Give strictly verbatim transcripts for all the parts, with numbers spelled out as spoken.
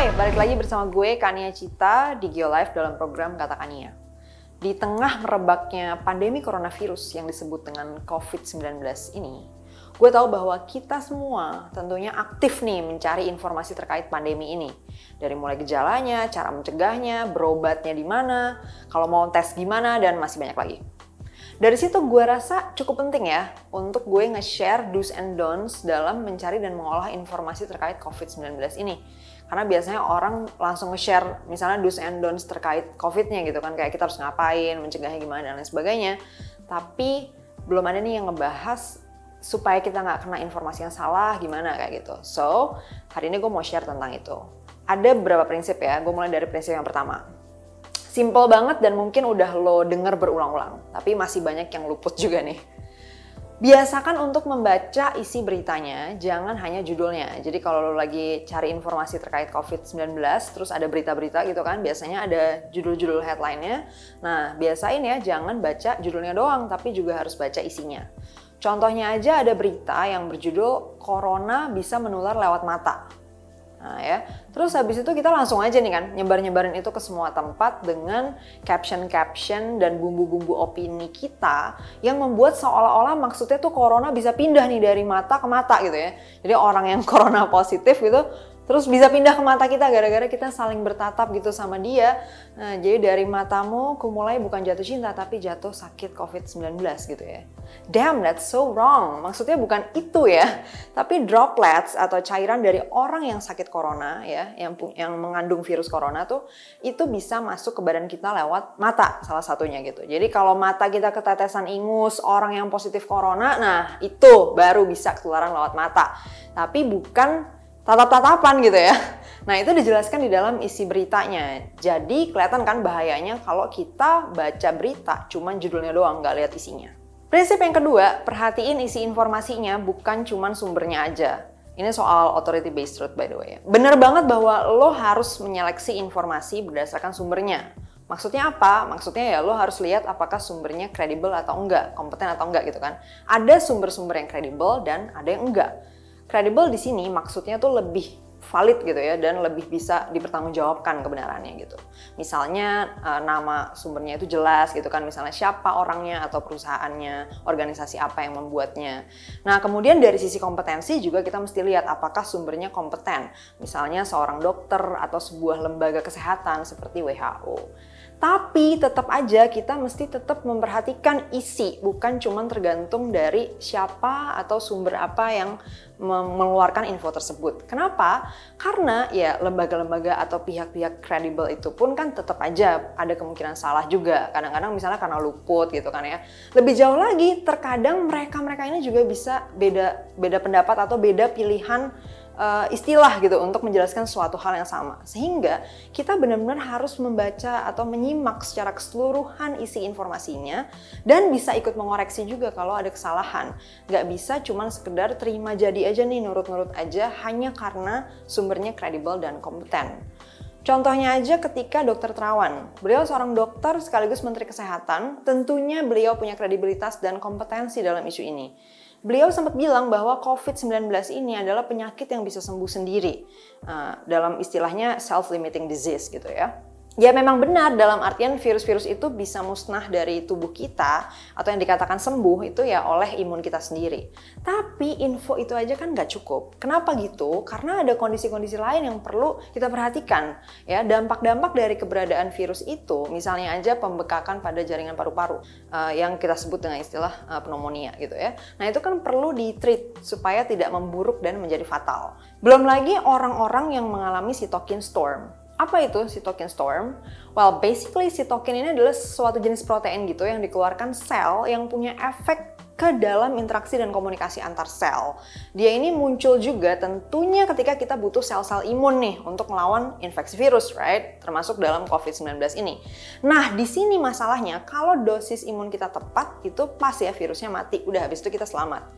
Hai, balik lagi bersama gue Kania Cita di Geolife dalam program Kata Kania. Di tengah merebaknya pandemi coronavirus yang disebut dengan covid sembilan belas ini, gue tahu bahwa kita semua tentunya aktif nih mencari informasi terkait pandemi ini. Dari mulai gejalanya, cara mencegahnya, berobatnya di mana, kalau mau tes gimana, dan masih banyak lagi. Dari situ gue rasa cukup penting ya untuk gue nge-share do's and don'ts dalam mencari dan mengolah informasi terkait covid sembilan belas ini. Karena biasanya orang langsung nge-share misalnya do's and don'ts terkait COVID-nya gitu kan. Kayak kita harus ngapain, mencegahnya gimana dan lain sebagainya. Tapi belum ada nih yang ngebahas supaya kita nggak kena informasi yang salah gimana kayak gitu. So, hari ini gue mau share tentang itu. Ada beberapa prinsip ya, gue mulai dari prinsip yang pertama. Simple banget dan mungkin udah lo denger berulang-ulang, tapi masih banyak yang luput juga nih. Biasakan untuk membaca isi beritanya, jangan hanya judulnya. Jadi kalau lo lagi cari informasi terkait covid sembilan belas, terus ada berita-berita gitu kan, biasanya ada judul-judul headline-nya. Nah, biasain ya, jangan baca judulnya doang, tapi juga harus baca isinya. Contohnya aja ada berita yang berjudul Corona bisa menular lewat mata. Nah ya, terus habis itu kita langsung aja nih kan nyebar-nyebarin itu ke semua tempat dengan caption-caption dan bumbu-bumbu opini kita yang membuat seolah-olah maksudnya tuh corona bisa pindah nih dari mata ke mata gitu ya. Jadi orang yang corona positif gitu terus bisa pindah ke mata kita gara-gara kita saling bertatap gitu sama dia. Nah, jadi dari matamu ku mulai bukan jatuh cinta tapi jatuh sakit covid sembilan belas gitu ya. Damn, that's so wrong. Maksudnya bukan itu ya. Tapi droplets atau cairan dari orang yang sakit corona ya, yang yang mengandung virus corona tuh itu bisa masuk ke badan kita lewat mata salah satunya gitu. Jadi kalau mata kita ketetesan ingus orang yang positif corona, nah itu baru bisa ketularan lewat mata. Tapi bukan tatap-tatapan gitu ya. Nah itu dijelaskan di dalam isi beritanya. Jadi kelihatan kan bahayanya kalau kita baca berita cuman judulnya doang, nggak lihat isinya. Prinsip yang kedua, perhatiin isi informasinya bukan cuman sumbernya aja. Ini soal authority based truth by the way. Bener banget bahwa lo harus menyeleksi informasi berdasarkan sumbernya. Maksudnya apa? Maksudnya ya lo harus lihat apakah sumbernya kredibel atau enggak, kompeten atau enggak gitu kan. Ada sumber-sumber yang kredibel dan ada yang enggak. Kredibel di sini maksudnya tuh lebih valid gitu ya dan lebih bisa dipertanggungjawabkan kebenarannya gitu. Misalnya e, nama sumbernya itu jelas gitu kan, misalnya siapa orangnya atau perusahaannya, organisasi apa yang membuatnya. Nah kemudian dari sisi kompetensi juga kita mesti lihat apakah sumbernya kompeten. Misalnya seorang dokter atau sebuah lembaga kesehatan seperti W H O. Tapi tetap aja kita mesti tetap memperhatikan isi, bukan cuma tergantung dari siapa atau sumber apa yang mengeluarkan info tersebut. Kenapa? Karena ya lembaga-lembaga atau pihak-pihak kredibel itu pun kan tetap aja ada kemungkinan salah juga. Kadang-kadang misalnya karena luput gitu kan ya. Lebih jauh lagi, terkadang mereka-mereka ini juga bisa beda beda pendapat atau beda pilihan Uh, istilah gitu untuk menjelaskan suatu hal yang sama. Sehingga kita benar-benar harus membaca atau menyimak secara keseluruhan isi informasinya dan bisa ikut mengoreksi juga kalau ada kesalahan. Gak bisa cuman sekedar terima jadi aja nih, nurut-nurut aja hanya karena sumbernya kredibel dan kompeten. Contohnya aja ketika Dokter Terawan. Beliau seorang dokter sekaligus Menteri Kesehatan, tentunya beliau punya kredibilitas dan kompetensi dalam isu ini. Beliau sempat bilang bahwa covid sembilan belas ini adalah penyakit yang bisa sembuh sendiri. Uh, dalam istilahnya self-limiting disease gitu ya. Ya memang benar dalam artian virus-virus itu bisa musnah dari tubuh kita atau yang dikatakan sembuh itu ya oleh imun kita sendiri. Tapi info itu aja kan nggak cukup. Kenapa gitu? Karena ada kondisi-kondisi lain yang perlu kita perhatikan. Ya dampak-dampak dari keberadaan virus itu, misalnya aja pembekakan pada jaringan paru-paru uh, yang kita sebut dengan istilah uh, pneumonia gitu ya. Nah itu kan perlu di-treat supaya tidak memburuk dan menjadi fatal. Belum lagi orang-orang yang mengalami cytokine storm. Apa itu cytokine storm? Well, basically cytokine ini adalah suatu jenis protein gitu yang dikeluarkan sel yang punya efek ke dalam interaksi dan komunikasi antar sel. Dia ini muncul juga tentunya ketika kita butuh sel-sel imun nih untuk melawan infeksi virus, right? Termasuk dalam covid sembilan belas ini. Nah, di sini masalahnya kalau dosis imun kita tepat itu pas ya virusnya mati, udah habis itu kita selamat.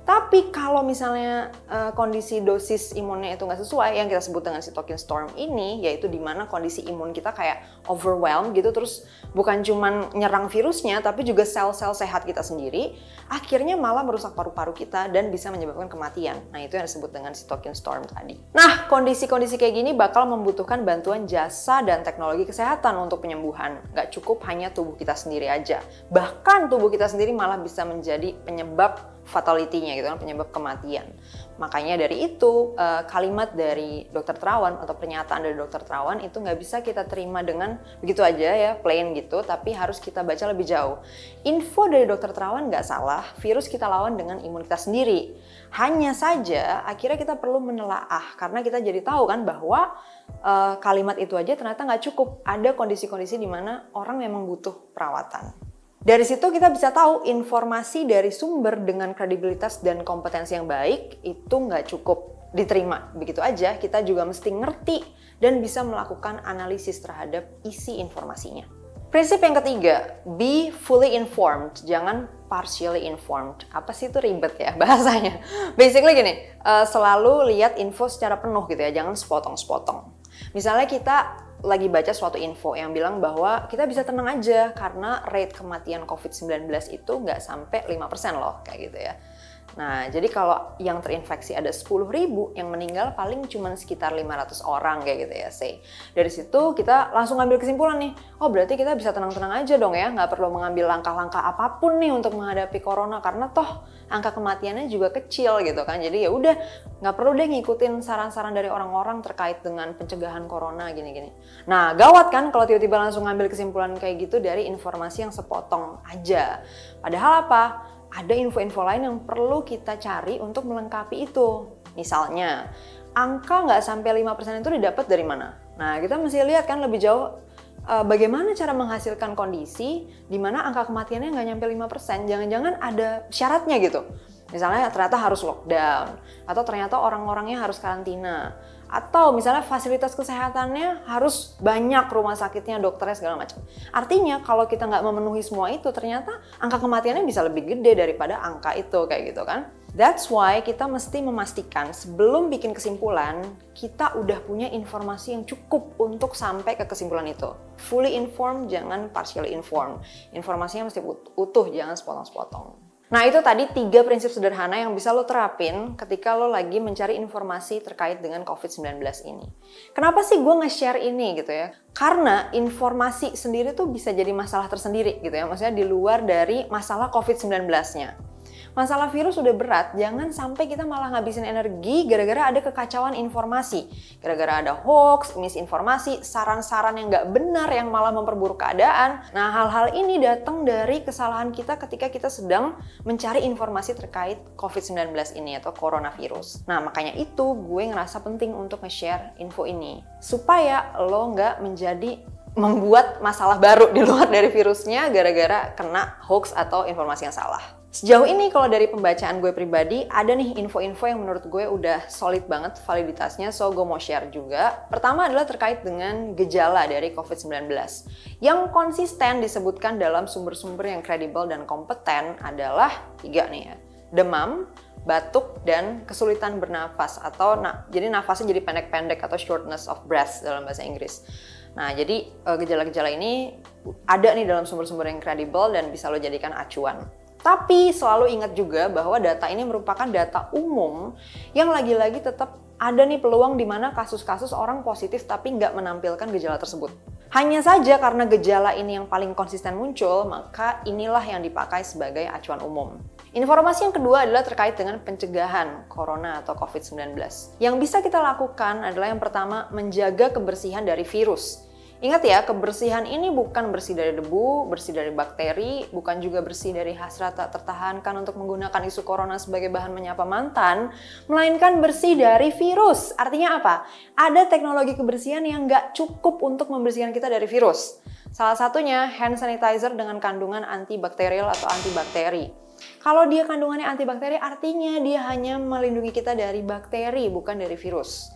Tapi kalau misalnya uh, kondisi dosis imunnya itu nggak sesuai, yang kita sebut dengan cytokine storm ini, yaitu di mana kondisi imun kita kayak overwhelmed gitu, terus bukan cuman nyerang virusnya, tapi juga sel-sel sehat kita sendiri, akhirnya malah merusak paru-paru kita dan bisa menyebabkan kematian. Nah, itu yang disebut dengan cytokine storm tadi. Nah, kondisi-kondisi kayak gini bakal membutuhkan bantuan jasa dan teknologi kesehatan untuk penyembuhan. Nggak cukup hanya tubuh kita sendiri aja. Bahkan tubuh kita sendiri malah bisa menjadi penyebab fatality-nya gitu kan, penyebab kematian. Makanya dari itu kalimat dari dokter Terawan atau pernyataan dari dokter Terawan itu nggak bisa kita terima dengan begitu aja ya, plain gitu, tapi harus kita baca lebih jauh. Info dari dokter Terawan nggak salah, virus kita lawan dengan imun kita sendiri. Hanya saja akhirnya kita perlu menelaah karena kita jadi tahu kan bahwa uh, kalimat itu aja ternyata nggak cukup. Ada kondisi-kondisi di mana orang memang butuh perawatan. Dari situ kita bisa tahu informasi dari sumber dengan kredibilitas dan kompetensi yang baik itu nggak cukup diterima. Begitu aja, kita juga mesti ngerti dan bisa melakukan analisis terhadap isi informasinya. Prinsip yang ketiga, be fully informed, jangan partially informed. Apa sih itu, ribet ya bahasanya. Basically gini, uh, selalu lihat info secara penuh gitu ya, jangan sepotong-sepotong. Misalnya kita lagi baca suatu info yang bilang bahwa kita bisa tenang aja karena rate kematian covid sembilan belas itu nggak sampai lima persen loh, kayak gitu ya. Nah, jadi kalau yang terinfeksi ada sepuluh ribu, yang meninggal paling cuma sekitar lima ratus orang kayak gitu ya, say. Dari situ kita langsung ngambil kesimpulan nih, oh berarti kita bisa tenang-tenang aja dong ya, nggak perlu mengambil langkah-langkah apapun nih untuk menghadapi corona, karena toh angka kematiannya juga kecil gitu kan. Jadi ya udah, nggak perlu deh ngikutin saran-saran dari orang-orang terkait dengan pencegahan corona gini-gini. Nah, gawat kan kalau tiba-tiba langsung ngambil kesimpulan kayak gitu dari informasi yang sepotong aja. Padahal apa? Ada info-info lain yang perlu kita cari untuk melengkapi itu. Misalnya, angka nggak sampai lima persen itu didapat dari mana? Nah, kita mesti lihat kan lebih jauh uh, bagaimana cara menghasilkan kondisi di mana angka kematiannya nggak nyampe lima persen. Jangan-jangan ada syaratnya gitu. Misalnya ternyata harus lockdown, atau ternyata orang-orangnya harus karantina, atau misalnya fasilitas kesehatannya harus banyak, rumah sakitnya, dokternya, segala macam. Artinya kalau kita nggak memenuhi semua itu, ternyata angka kematiannya bisa lebih gede daripada angka itu, kayak gitu kan. That's why kita mesti memastikan sebelum bikin kesimpulan, kita udah punya informasi yang cukup untuk sampai ke kesimpulan itu. Fully informed, jangan partially informed. Informasinya mesti utuh, jangan sepotong-sepotong. Nah, itu tadi tiga prinsip sederhana yang bisa lo terapin ketika lo lagi mencari informasi terkait dengan covid sembilan belas ini. Kenapa sih gue nge-share ini gitu ya? Karena informasi sendiri tuh bisa jadi masalah tersendiri gitu ya. Maksudnya di luar dari masalah covid sembilan belas-nya. Masalah virus udah berat, jangan sampai kita malah ngabisin energi gara-gara ada kekacauan informasi. Gara-gara ada hoax, misinformasi, saran-saran yang nggak benar yang malah memperburuk keadaan. Nah, hal-hal ini datang dari kesalahan kita ketika kita sedang mencari informasi terkait covid sembilan belas ini atau coronavirus. Nah, makanya itu gue ngerasa penting untuk nge-share info ini. Supaya lo nggak menjadi membuat masalah baru di luar dari virusnya gara-gara kena hoax atau informasi yang salah. Sejauh ini kalau dari pembacaan gue pribadi, ada nih info-info yang menurut gue udah solid banget validitasnya, so gue mau share juga. Pertama adalah terkait dengan gejala dari covid sembilan belas. Yang konsisten disebutkan dalam sumber-sumber yang kredibel dan kompeten adalah tiga nih ya. Demam, batuk, dan kesulitan bernafas atau na- jadi nafasnya jadi pendek-pendek atau shortness of breath dalam bahasa Inggris. Nah, jadi gejala-gejala ini ada nih dalam sumber-sumber yang kredibel dan bisa lo jadikan acuan. Tapi selalu ingat juga bahwa data ini merupakan data umum yang lagi-lagi tetap ada nih peluang di mana kasus-kasus orang positif tapi nggak menampilkan gejala tersebut. Hanya saja karena gejala ini yang paling konsisten muncul, maka inilah yang dipakai sebagai acuan umum. Informasi yang kedua adalah terkait dengan pencegahan corona atau covid sembilan belas. Yang bisa kita lakukan adalah yang pertama, menjaga kebersihan dari virus. Ingat ya, kebersihan ini bukan bersih dari debu, bersih dari bakteri, bukan juga bersih dari hasrat tak tertahankan untuk menggunakan isu corona sebagai bahan menyapa mantan, melainkan bersih dari virus. Artinya apa? Ada teknologi kebersihan yang nggak cukup untuk membersihkan kita dari virus. Salah satunya hand sanitizer dengan kandungan antibakterial atau antibakteri. Kalau dia kandungannya antibakteri, artinya dia hanya melindungi kita dari bakteri, bukan dari virus.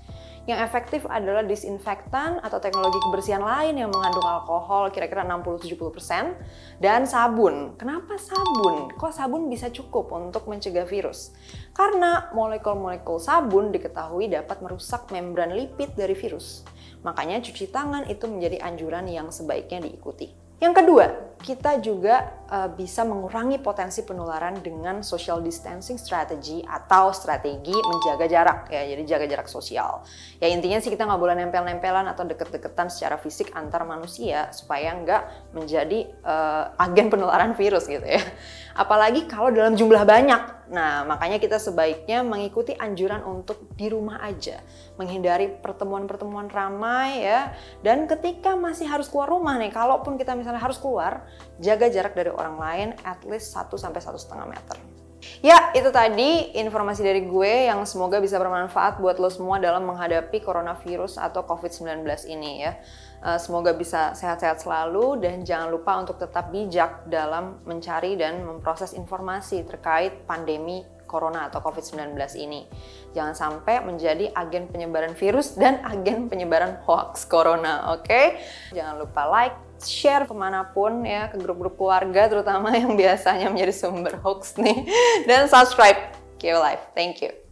Yang efektif adalah disinfektan atau teknologi kebersihan lain yang mengandung alkohol kira-kira enam puluh sampai tujuh puluh persen, dan sabun. Kenapa sabun? Kok sabun bisa cukup untuk mencegah virus? Karena molekul-molekul sabun diketahui dapat merusak membran lipid dari virus. Makanya cuci tangan itu menjadi anjuran yang sebaiknya diikuti. Yang kedua, kita juga uh, bisa mengurangi potensi penularan dengan social distancing strategy atau strategi menjaga jarak, ya, jadi jaga jarak sosial. Ya intinya sih kita nggak boleh nempel-nempelan atau deket-deketan secara fisik antar manusia supaya nggak menjadi uh, agen penularan virus gitu ya. Apalagi kalau dalam jumlah banyak. Nah, makanya kita sebaiknya mengikuti anjuran untuk di rumah aja, menghindari pertemuan-pertemuan ramai ya. Dan ketika masih harus keluar rumah nih, kalaupun kita misalnya harus keluar, jaga jarak dari orang lain at least satu sampai satu koma lima meter. Ya, itu tadi informasi dari gue yang semoga bisa bermanfaat buat lo semua dalam menghadapi coronavirus atau covid sembilan belas ini ya. Semoga bisa sehat-sehat selalu dan jangan lupa untuk tetap bijak dalam mencari dan memproses informasi terkait pandemi corona atau covid sembilan belas ini. Jangan sampai menjadi agen penyebaran virus dan agen penyebaran hoax corona, oke? Okay? Jangan lupa like, share kemanapun ya, ke grup-grup keluarga terutama yang biasanya menjadi sumber hoax nih. Dan subscribe Q Life. Thank you.